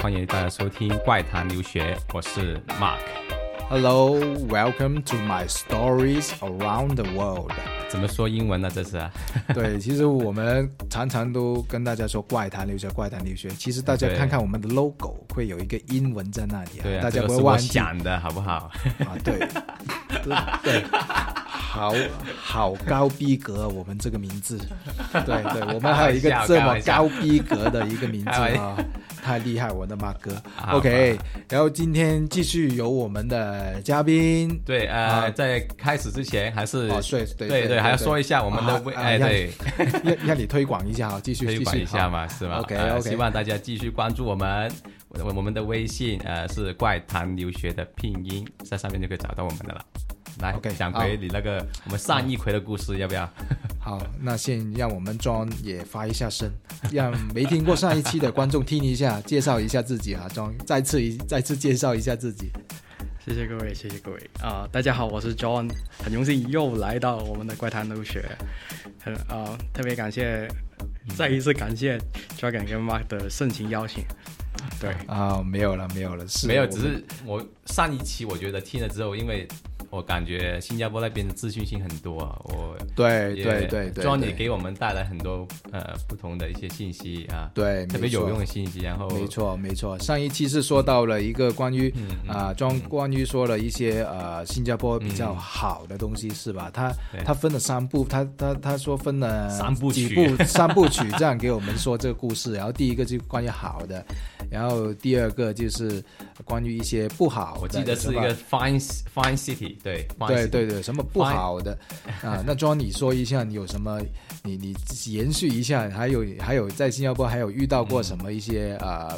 欢迎大家收听怪谈留学，我是 Mark。Hello, welcome to my stories around the world。 怎么说英文呢？这是对，其实我们常常都跟大家说怪谈留学，怪谈留学。其实大家看看我们的 logo， 会有一个英文在那里对大家不会忘记。 这个是我想的，好不好？ 对，对。好高逼格，我们这个名字，对，我们还有一个这么高逼格的一个名字啊，太厉害，我的马哥。OK， 然后今天继续有我们的嘉宾。 对，在开始之前还是对，还要说一下我们的对， 让你推广一下哈，继续推广一下嘛，是吗 ？OK， 希望大家继续关注我们的微信，是怪谈留学的拼音，在上面就可以找到我们的了。来 ，OK， 讲回你那个我们上一回的故事，要不要？ 好，那先让我们 John 也发一下声，让没听过上一期的观众听一下，介绍一下自己啊 ，John 再次介绍一下自己。 谢谢各位大家好，我是 John， 很荣幸又来到我们的怪谈留学，特别再一次感谢 Dragon 跟 Mark 的盛情邀请。对没有了， 没有，只是我上一期我觉得听了之后，因为我感觉新加坡那边的资讯性很多啊， 对 John 也给我们带来很多不同的一些信息啊， 对， 特别有用的信息。然后没错，上一期是说到了一个关于John 关于说了一些新加坡比较好的东西是吧？他分了三部，他说分了三部曲这样给我们说这个故事。然后第一个就关于好的，然后第二个就是关于一些不好的， 我记得是一个 fine city。对， 什么不好的那 John 你说一下，你有什么？你延续一下，还有在新加坡还有遇到过什么一些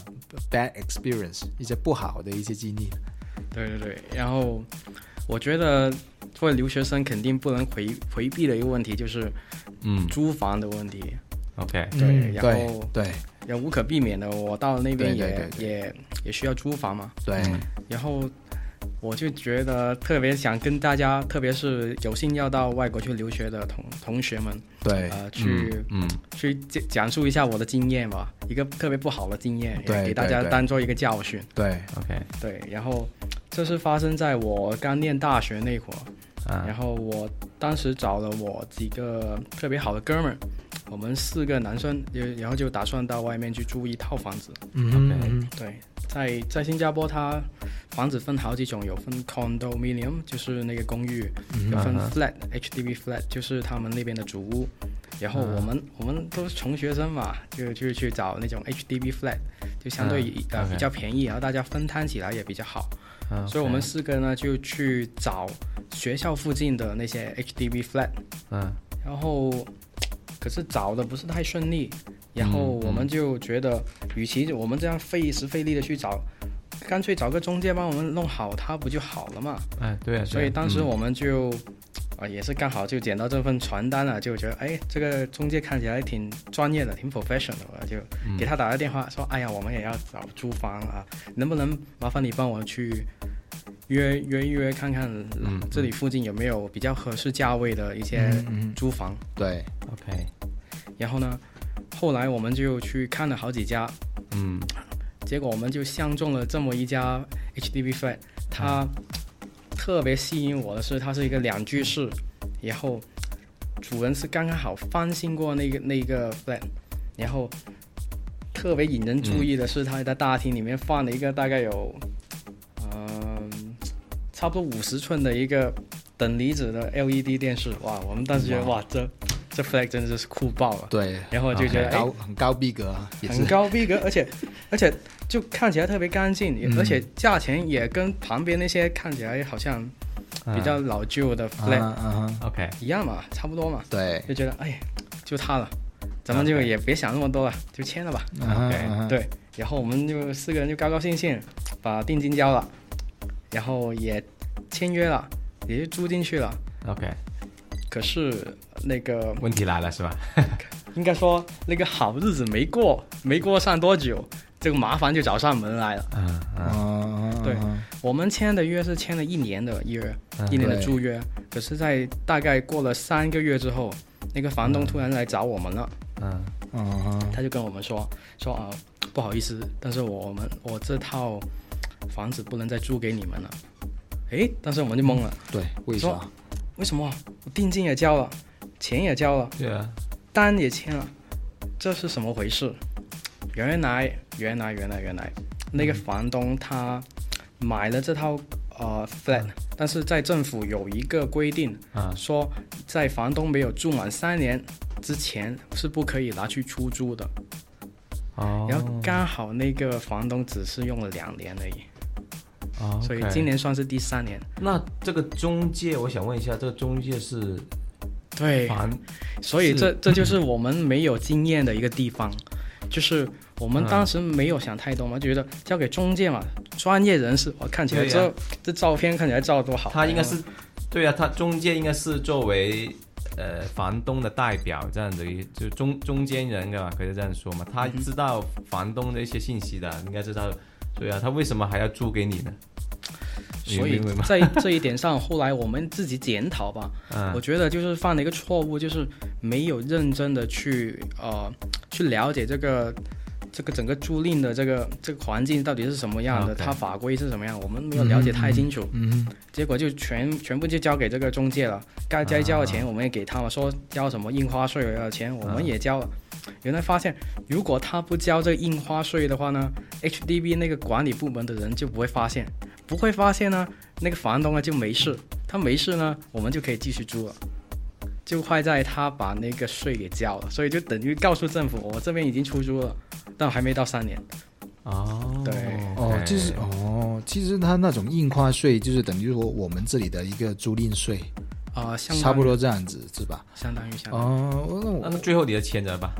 bad experience， 一些不好的一些经历？ 对，然后我觉得作为留学生肯定不能回避的一个问题就是租房的问题。 OK， 对，然后对， 也无可避免的，我到了那边也需要租房嘛。 对， 然后我就觉得特别想跟大家，特别是有幸要到外国去留学的同学们， 对， 去讲述一下我的经验吧，一个特别不好的经验， 对， 给大家当做一个教训。 对 ，OK， 对，然后这是发生在我刚念大学那会儿，然后我当时找了我几个特别好的哥们儿，我们4个男生，然后就打算到外面去租一套房子。对，在新加坡，它房子分好几种，有分 condominium， 就是那个公寓，有分 flat HDB flat， 就是他们那边的主屋。然后我们都是穷学生嘛，就去找那种 HDB flat， 就相对比较便宜，然后大家分摊起来也比较好。所以我们4个呢就去找学校附近的那些 HDB flat， 然后可是找的不是太顺利，然后我们就觉得与其我们这样费时费力的去找，干脆找个中介帮我们弄好它不就好了嘛。 对， 所以当时我们就也是刚好就捡到这份传单了，就觉得这个中介看起来挺专业的，挺 professional 的，就给他打个电话说我们也要找租房啊，能不能麻烦你帮我去约看看这里附近有没有比较合适价位的一些租房。 对 ，OK。 然后呢，后来我们就去看了好几家，结果我们就相中了这么一家 HDB flat， 它特别吸引我的是，它是一个2居室，然后主人是刚刚好翻新过那个 flat， 然后特别引人注意的是，它在大厅里面放了一个大概有差不多50寸的一个等离子的 LED 电视。哇，我们当时觉得这 flag 真的是酷爆了。 对， 然后就觉得很高逼格， 很高逼格，而且就看起来特别干净，而且价钱也跟旁边那些看起来好像比较老旧的 flag OK 一样嘛，差不多嘛。 对， 就觉得就它了，咱们就也别想那么多了，就签了吧。对，然后我们就4个人就高高兴兴把定金交了，然后也签约了，也就租进去了。 OK， 可是那个问题来了是吧？ 应该说那个好日子没过上多久，这个麻烦就找上门来了。对，我们签的约是签了1年的约，1年的租约。可是在大概过了3个月之后，那个房东突然来找我们了。他就跟我们说不好意思，但是我这套房子不能再租给你们了。诶，当时我们就懵了。 对，为啥？ 为什么？我定金也交了，钱也交了， 对啊， 单也签了，这是什么回事？原来那个房东他买了这套flat，但是在政府有一个规定，说在房东没有住满3年之前是不可以拿去出租的。然后刚好那个房东只是用了2年而已。所以今年算是第3年。 那这个中介，我想问一下，这个中介是？ 对，所以这就是我们没有经验的一个地方，就是我们当时没有想太多嘛，觉得交给中介嘛，专业人士，我看起来这照片看起来照得多好。 他应该是，对啊，他中介应该是作为房东的代表这样的，就中间人吧，可以这样说嘛。他知道房东的一些信息的，应该知道。对啊，他为什么还要租给你呢？ 所以在这一点上，后来我们自己检讨吧。我觉得就是犯了一个错误，就是没有认真的去了解这个整个租赁的这个环境到底是什么样的，它法规是什么样，我们没有了解太清楚。结果就全部就交给这个中介了，该交的钱我们也给他们，说交什么印花税的钱我们也交了。原来发现，如果他不交这个印花税的话呢 ，HDB 那个管理部门的人就不会发现，呢，那个房东呢就没事，他没事呢，我们就可以继续租了。就坏在他把那个税给交了，所以就等于告诉政府，我这边已经出租了，但还没到3年。对， 就是其实他那种印花税就是等于说我们这里的一个租赁税。差不多这样子是吧？ 相当于那最后你的签着吧。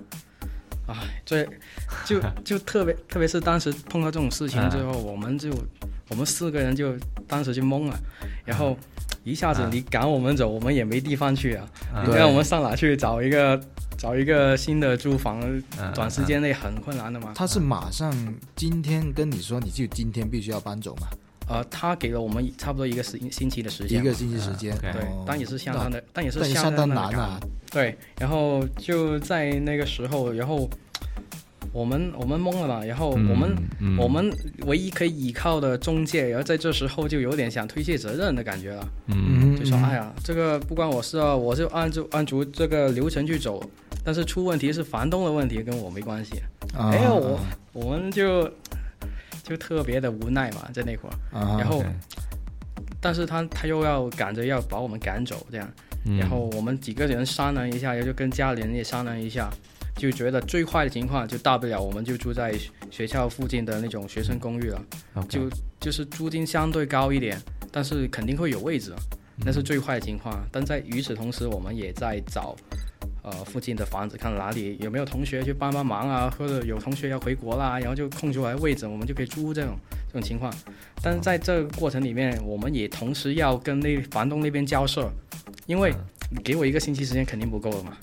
就特别是当时碰到这种事情之后，我们4个人就当时就懵了，然后一下子你赶我们走，我们也没地方去啊。你让我们上哪去找一个新的租房？短时间内很困难的嘛。 他是马上今天跟你说，你就今天必须要搬走嘛？ 他给了我们差不多1个星期的时间，对，但也是相当难啊。对，然后就在那个时候，然后我们懵了嘛，然后我们唯一可以依靠的中介，然后在这时候就有点想推卸责任的感觉了。就说哎呀，这个不关我事啊，我就按足这个流程去走，但是出问题是房东的问题，跟我没关系。我们就特别的无奈嘛，在那会儿，然后，但是他又要赶着要把我们赶走，这样，然后我们几个人商量一下，也就跟家里人也商量一下，就觉得最坏的情况就大不了我们就住在学校附近的那种学生公寓了，就是租金相对高一点，但是肯定会有位置，那是最坏的情况。但在与此同时，我们也在找。附近的房子，看哪里有没有同学去帮忙啊，或者有同学要回国啦，然后就空出来位置，我们就可以租这种情况。但是在这个过程里面，我们也同时要跟房东那边交涉，因为你给我1个星期时间肯定不够了嘛。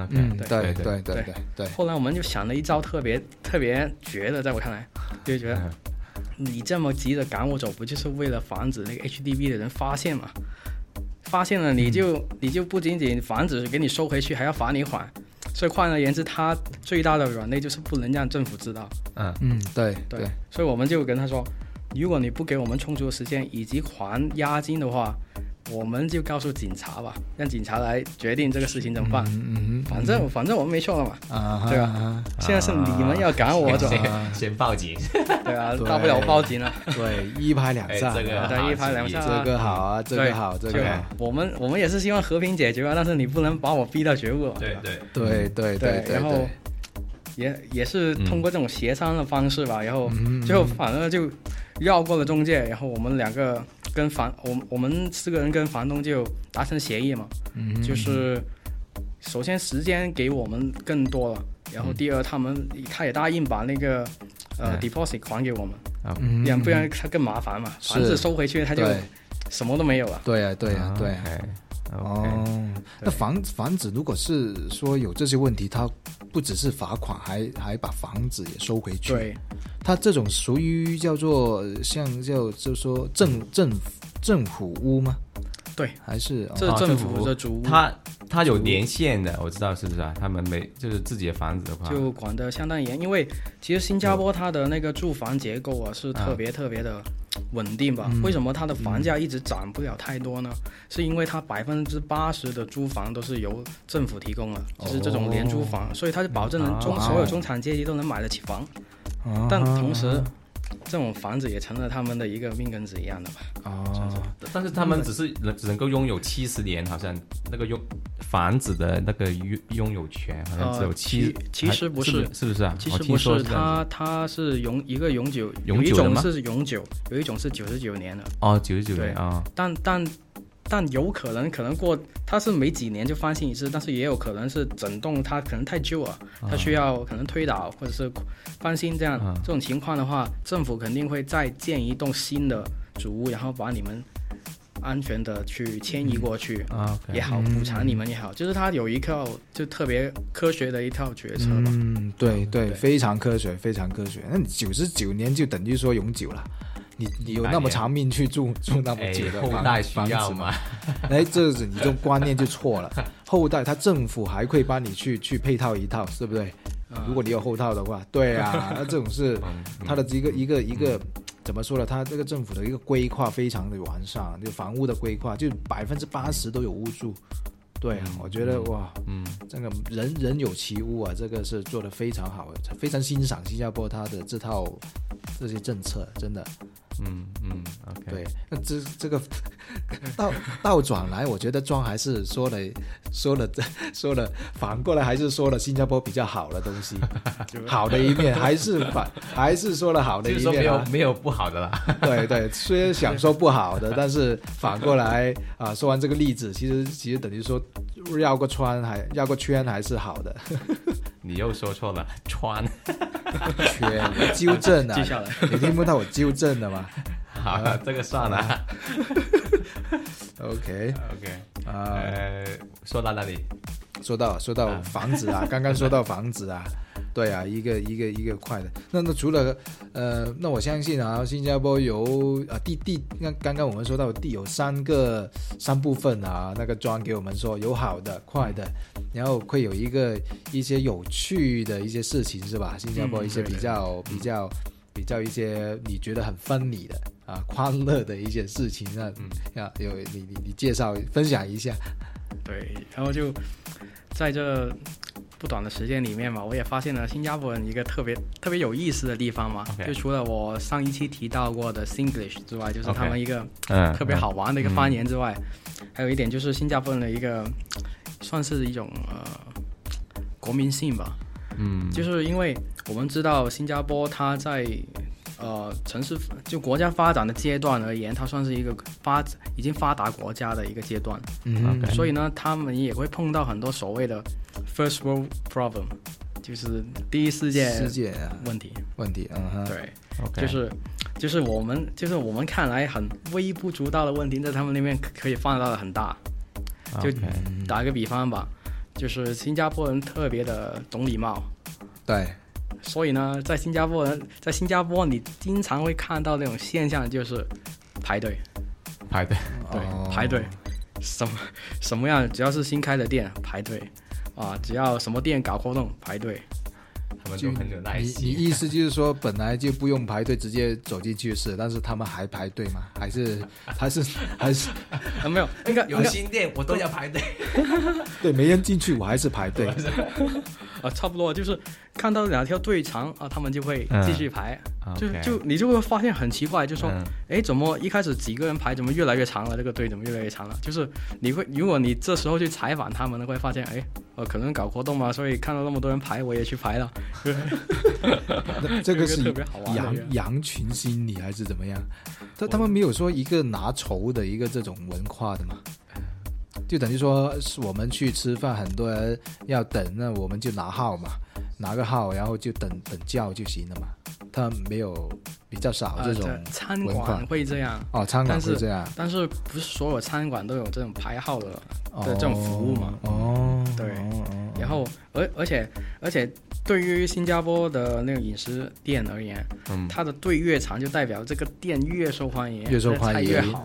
对。 后来我们就想了一招特别绝的，在我看来，就觉得你这么急着赶我走，不就是为了防止那个 HDB 的人发现嘛？发现了你就不仅仅房子给你收回去，还要罚你还，所以换而言之，他最大的软肋就是不能让政府知道。 对， 所以我们就跟他说，如果你不给我们充足的时间以及还押金的话，我们就告诉警察吧，让警察来决定这个事情怎么办。反正我们没错了嘛，对吧？现在是你们要赶我走， 先报警。 对啊，大不了我报警了。 对，一拍两散， 一拍两散。 这个好啊，这个好，这个好。 我们也是希望和平解决啊，但是你不能把我逼到绝路。 对。 然后也是通过这种协商的方式吧，然后最后反正就绕过了中介，然后我们2个我们4个人跟房东就达成协议嘛，就是首先时间给我们更多了，然后第二他也答应把那个deposit 还给我们，不然他更麻烦嘛，房子收回去他就什么都没有了。 对啊。那房子如果是说有这些问题，他不只是罚款，还把房子也收回去。 对， 他这种属于叫做就是说政府屋吗？ 对， 还是这政府的租屋。 他有年限的，我知道是不是啊？他们就是自己的房子的话， 就管得相当严，因为其实新加坡它的那个住房结构啊是特别特别的稳定吧？为什么它的房价一直涨不了太多呢？是因为它80%的租房都是由政府提供的，就是这种廉租房，所以它就保证所有中产阶级都能买得起房，但同时。这种房子也成了他们的一个命根子一样的吧。 但是他们只能够拥有70年，好像那个房子的那个拥有权好像只有其实不是， 是不是啊？ 其实不是，它是一个永久，有一种是永久，有一种是99年的。 99年啊。 但有可能过，它是每几年就翻新一次，但是也有可能是整栋它可能太旧了，它需要可能推倒或者是翻新这样。这种情况的话，政府肯定会再建一栋新的主屋，然后把你们安全的去迁移过去也好，补偿你们也好，就是它有一套就特别科学的一套决策吧。 对，非常科学，非常科学。那99年就等于说永久了。你有那么长命去住那么久的后代需要吗？ 这是你这种观念就错了。后代他政府还会帮你去配套一套，对不对？如果你有后套的话，对啊，那这种是他的一个怎么说呢？他这个政府的一个规划非常的完善，就房屋的规划就80%都有屋住。对啊，我觉得这个人有其屋啊，这个是做得非常好，非常欣赏新加坡它的这些政策，真的。 OK。 对，那这个倒转来，我觉得庄还是说了，反过来还是说了新加坡比较好的东西，好的一面还是说了好的一面， 就是说没有不好的啦。 对，虽然想说不好的，但是反过来说完这个例子，其实等于说绕个圈还是好的。 你又说错了，圈纠正啊！ 接下来你听不到我纠正的吗？ 好，这个算了。 OK， 说到哪里？ 说到房子啊，刚刚说到房子啊，对啊，一个快的。那除了那我相信啊，新加坡有刚刚我们说到有三部分啊，那个庄给我们说有好的、快的，然后会有一些有趣的一些事情是吧？新加坡一些比较一些你觉得很funny的欢乐的一些事情，你介绍分享一下。 对，然后就在这不短的时间里面嘛，我也发现了新加坡人一个特别有意思的地方嘛。就除了我上一期提到过的 Singlish 之外，就是他们一个特别好玩的一个方言之外，还有一点就是新加坡人的一个算是一种国民性吧。就是因为我们知道新加坡它在城市就国家发展的阶段而言，它算是一个已经发达国家的一个阶段。所以呢，他们也会碰到很多所谓的 first world problem， 就是第一世界问题。对，就是我们看来很微不足道的问题，在他们那边可以放大的很大。就打个比方吧，就是新加坡人特别的懂礼貌。 对。 所以呢，在新加坡你经常会看到那种现象，就是排队，排队，什么样，只要是新开的店排队只要什么店搞活动排队， 他们都很有耐心。 你意思就是说本来就不用排队直接走进去是，但是他们还排队吗？还是没有，应该有新店我都要排队。 对，没人进去我还是排队。 差不多就是看到两条队长他们就会继续排。就你就会发现很奇怪，就说怎么一开始几个人排，怎么越来越长了？这个队怎么越来越长了？就是如果你这时候去采访他们，会发现可能搞活动嘛，所以看到那么多人排，我也去排了。 这个是特别好玩的羊群心理还是怎么样？他们没有说一个拿筹的一个这种文化的嘛？就等于说我们去吃饭，很多人要等，那我们就拿号嘛，拿个号，然后就等叫就行了嘛。他们没有，比较少这种文化。 餐馆会这样餐馆会这样， 但是不是所有餐馆都有这种排号的这种服务嘛？对。然后而且对于新加坡的那个饮食店而言，它的队越长，就代表这个店越受欢迎，菜越好。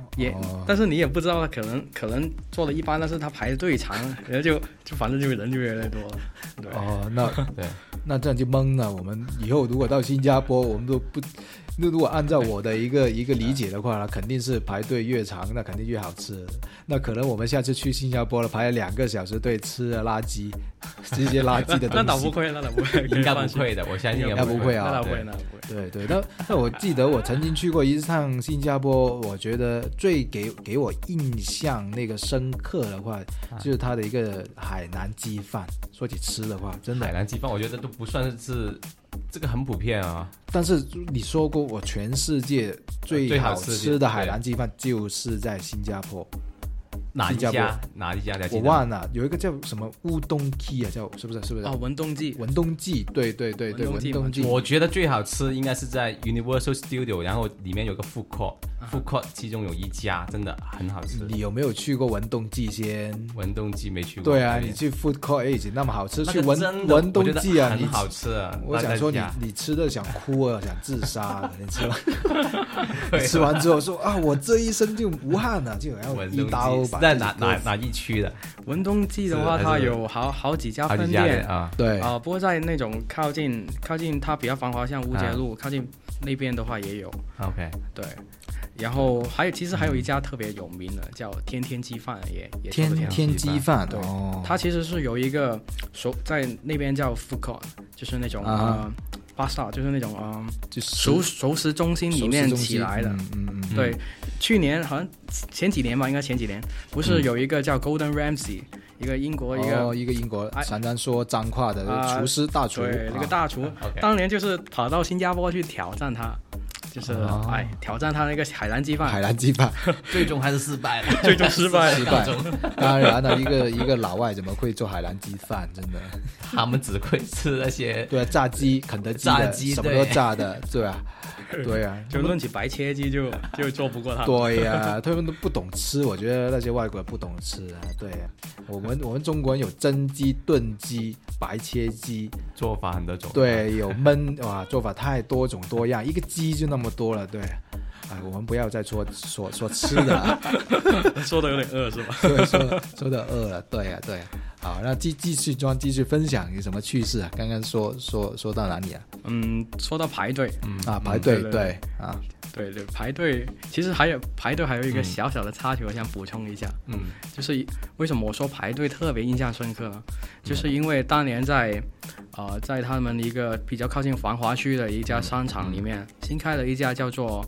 但是你也不知道他可能做的一般，但是他排队长，然后就反正就人就越来越多了。对那这样就懵了。我们以后如果到新加坡，我们都不。如果按照我的一个理解的话，那肯定是排队越长，那肯定越好吃。那可能我们下次去新加坡了，排了2个小时队吃垃圾，这些垃圾的东西。 那倒不会， 应该不会的，我相信应该不会啊。 那不会。 对，那我记得我曾经去过一趟新加坡，我觉得最给我印象那个深刻的话，就是它的一个海南鸡饭。说起吃的话，真的海南鸡饭，我觉得都不算是这个很普遍啊。 但是你说过，我全世界最好吃的海南鸡饭就是在新加坡。 哪一家？ 我忘了，有一个叫什么乌冬记啊，叫是不是？ 哦，文东记， 对，文东记。 我觉得最好吃应该是在 Universal Studio， 然后里面有个 food court，food court 其中有一家真的很好吃。 你有没有去过文东记先？ 文东记没去过。 对啊，你去 food court 已经那么好吃，去文东记啊， 很好吃啊！ 我想说你吃的想哭啊，想自杀，你吃完吃完之后说啊，我这一生就无憾了，就要一刀把。 在哪一区的？ 文东记的话，它有好几家分店啊。 对不过在那种靠近它比较繁华，像乌节路靠近那边的话也有。 OK， 对。然后其实还有一家特别有名的，叫天天鸡饭，也天鸡饭。 对，它其实是有一个在那边叫 food court， 就是那种Basta， 就是那种熟食中心里面起来的。对，去年好像前几年吧，应该前几年，不是有一个叫 Golden Ramsay， 一个英国一个英国常常说脏话的厨师大厨。 对，那个大厨当年就是跑到新加坡去挑战他。就是挑战他那个海南鸡饭， 最终还是失败了， 最终失败。 当然了，一个老外怎么会做海南鸡饭？真的， 他们只会吃那些炸鸡、肯德基的，什么都炸的，对啊， 就论起白切鸡就做不过他们。 对啊，他们都不懂吃，我觉得那些外国人不懂吃啊。对啊，我们中国人有蒸鸡、炖鸡、白切鸡， 做法很多种。 对，有焖，哇，做法太多种多样，一个鸡就那么多了。对，我们不要再说吃的了， 说的有点饿是吧？ 对，说的饿了。对啊。好，那继续分享有什么趣事啊？刚刚说到哪里啊？ 说到排队， 排队，对啊， 对，排队，其实排队还有一个小小的插曲，我想补充一下，就是为什么我说排队特别印象深刻呢？就是因为当年在他们一个比较靠近繁华区的一家商场里面，新开了一家叫做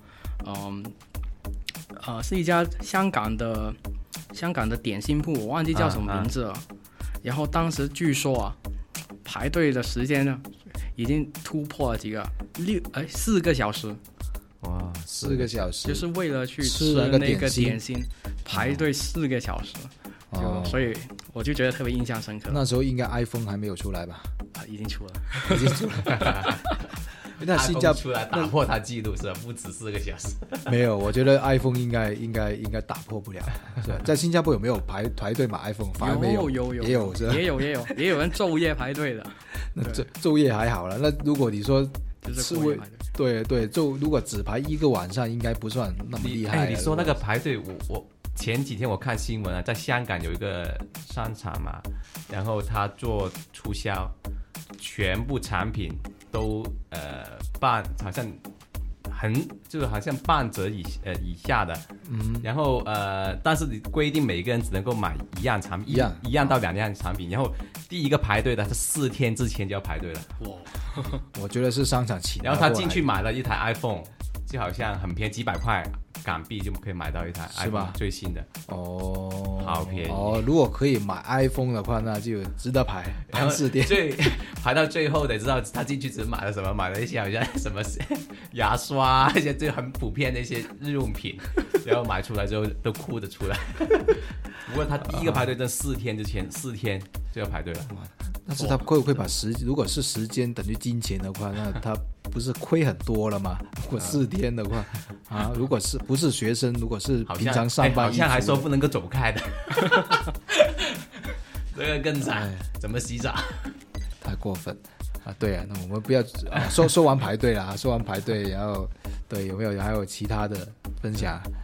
是一家香港的点心铺，我忘记叫什么名字了。然后当时据说排队的时间呢，已经突破了4个小时。 哇，4个小时， 就是为了去吃那个点心，排队4个小时。所以我就觉得特别印象深刻。 那时候应该 iPhone 还没有出来吧？ 已经出了。 那新加坡出来打破他记录是吧？不止4个小时。 没有，我觉得 iPhone 应该打破不了。是吧？在新加坡有没有排队买 iPhone？ 反而没有，也有是吧？ 也有人昼夜排队的。 那昼夜还好了。那如果你说就是对，如果只排1个晚上，应该不算那么厉害。 你说那个排队，我前几天我看新闻在香港有一个商场嘛，然后他做促销，全部产品都好像半折以下的，然后但是你规定每个人只能够买一样产品，一样到2样产品，然后第一个排队的是4天之前就要排队了。 哇，我觉得是商场起。 然后他进去买了一台 iPhone， 就好像很便宜，几百块港币就可以买到一台 iPhone 最新的。好便宜。 如果可以买 iPhone 的话，那就值得排4天。 排到最后得知道他进去只买了什么，买了一些好像什么牙刷，一些就很普遍的一些日用品，然后买出来之后都哭得出来。不过他第一个排队真4天之前4天就要排队了。 但是他会不会把如果是时间等于金钱的话，那他不是亏很多了吗？如果4天的话如果是不是学生，如果是平常上班， 好像还说不能够走开的。这个更惨，怎么洗澡？ 太过分对啊，那我们不要说完排队啦，说完排队，然后对有没有还有其他的分享？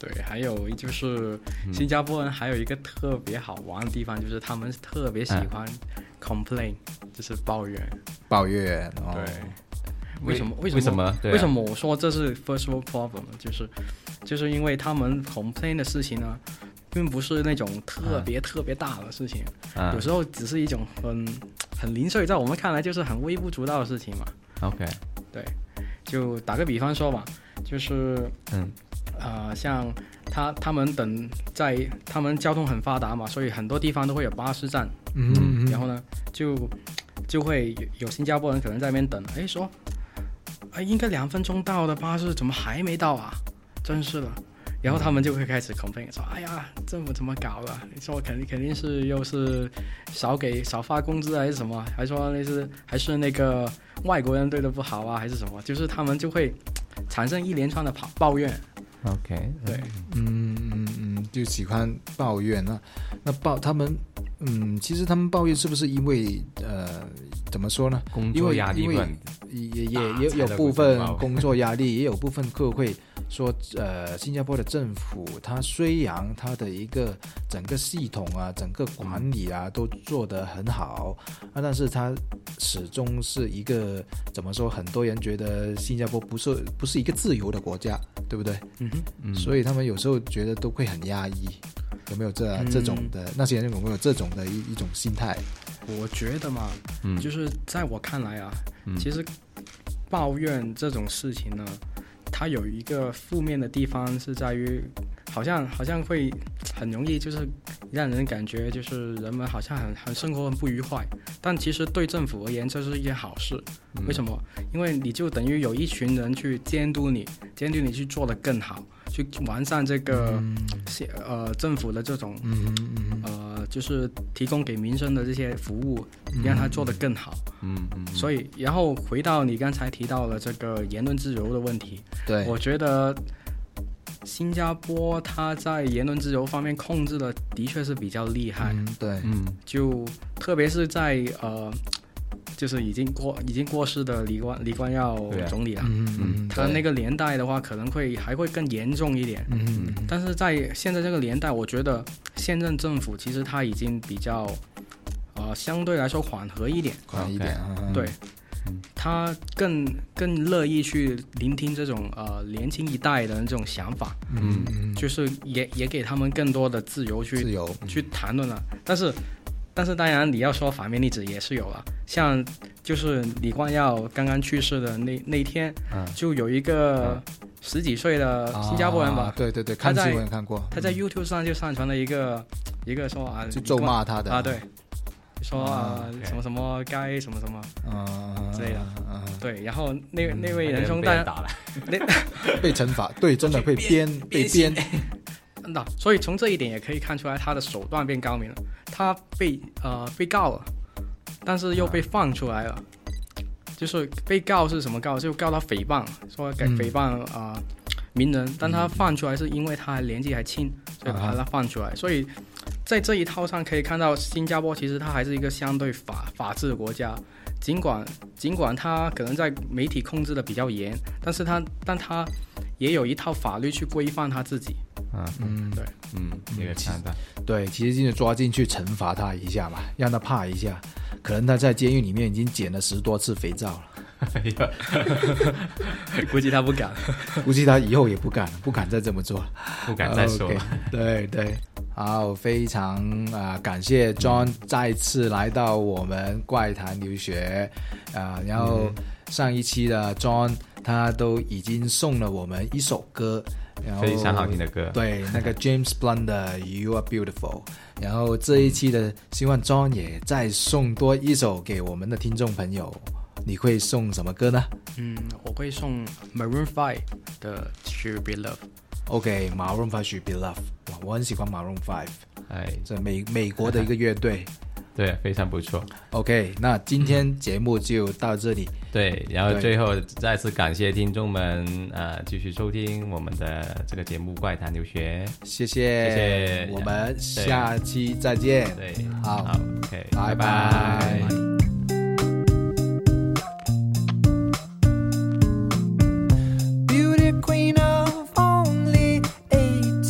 对，还有就是新加坡人还有一个特别好玩的地方，就是他们特别喜欢 complain，就是抱怨。 哦、 对。为什么我说这是 first world problem 呢？就是因为他们 complain 的事情呢，并不是那种特别大的事情，有时候只是一种很零碎，在我们看来就是很微不足道的事情嘛。 OK， 对，就打个比方说吧，就是像他们交通很发达嘛，所以很多地方都会有巴士站，然后呢就会有新加坡人可能在那边等，说应该2分钟到的巴士怎么还没到啊？真是的。然后他们就会开始 complain 说，哎呀，政府怎么搞的？你说肯定是又是少发工资还是什么？还说还是那个外国人对的不好啊，还是什么？就是他们就会产生一连串的抱怨。 OK， 对， 就喜欢抱怨。那他们，其实他们抱怨是不是因为怎么说呢？ 工作压力问题，也有部分工作压力，也有部分客户会说，新加坡的政府，它虽然它的一个整个系统啊，整个管理啊都做得很好，但是它始终是一个怎么说？很多人觉得新加坡不是一个自由的国家，对不对？所以他们有时候觉得都会很压抑。有没有这种的那些人有没有这种的一种心态？ 我觉得嘛，就是在我看来啊，其实抱怨这种事情呢，它有一个负面的地方是在于，好像会很容易就是让人感觉就是人们好像很生活很不愉快，但其实对政府而言这是一件好事。为什么？因为你就等于有一群人去监督你去做得更好，去完善这个政府的这种就是提供给民生的这些服务，让它做得更好。所以然后回到你刚才提到了这个言论自由的问题， 对， 我觉得新加坡它在言论自由方面控制的确是比较厉害。 对， 就特别是在就是已经过世的李光耀总理了，他那个年代的话可能还会更严重一点。但是在现在这个年代，我觉得现任政府其实他已经比较相对来说缓和一点，对，他更乐意去聆听这种年轻一代的这种想法，就是也给他们更多的自由去谈论了。但是当然你要说反面例子也是有了，像就是李光耀刚刚去世的那天，就有一个10几岁的新加坡人吧， 对，看新闻看过， 他在 YouTube 上就上传了一个说就咒骂他的对，说什么什么该什么什么之类的，对，然后那位仁兄当然打了， 被惩罚，对，真的会被鞭。 所以从这一点也可以看出来他的手段变高明了。他被告了，但是又被放出来了。就是被告是什么告？就告他诽谤，说诽谤名人，但他放出来是因为他年纪还轻，所以把他放出来。所以在这一套上可以看到，新加坡其实它还是一个相对法治的国家。尽管他可能在媒体控制的比较严，但他也有一套法律去规范他自己。对， 那个看到， 对，其实就是抓进去惩罚他一下嘛，让他怕一下。可能他在监狱里面已经捡了10多次肥皂了， 估计他不敢， 估计他以后也不敢再这么做， 不敢再说。 对，好，非常感谢 John 再次来到我们怪谈留学然后上一期的 John 他都已经送了我们一首歌， 非常好听的歌， 对，那个 James Blunt 的 You Are Beautiful。然后这一期的希望 John 也再送多一首给我们的听众朋友，你会送什么歌呢？ 我会送 Maroon 5的 Should Be Love。OK， Maroon 5 Should Be Love， 我很喜欢 Maroon 5，这美国的一个乐队。 对，非常不错。 OK， 那今天节目就到这里。 对，然后最后再次感谢听众们继续收听我们的这个节目《怪谈留学》， 谢谢，我们下期再见。 对， 好 ，OK， 拜拜。Beauty queen of only 18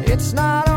It's not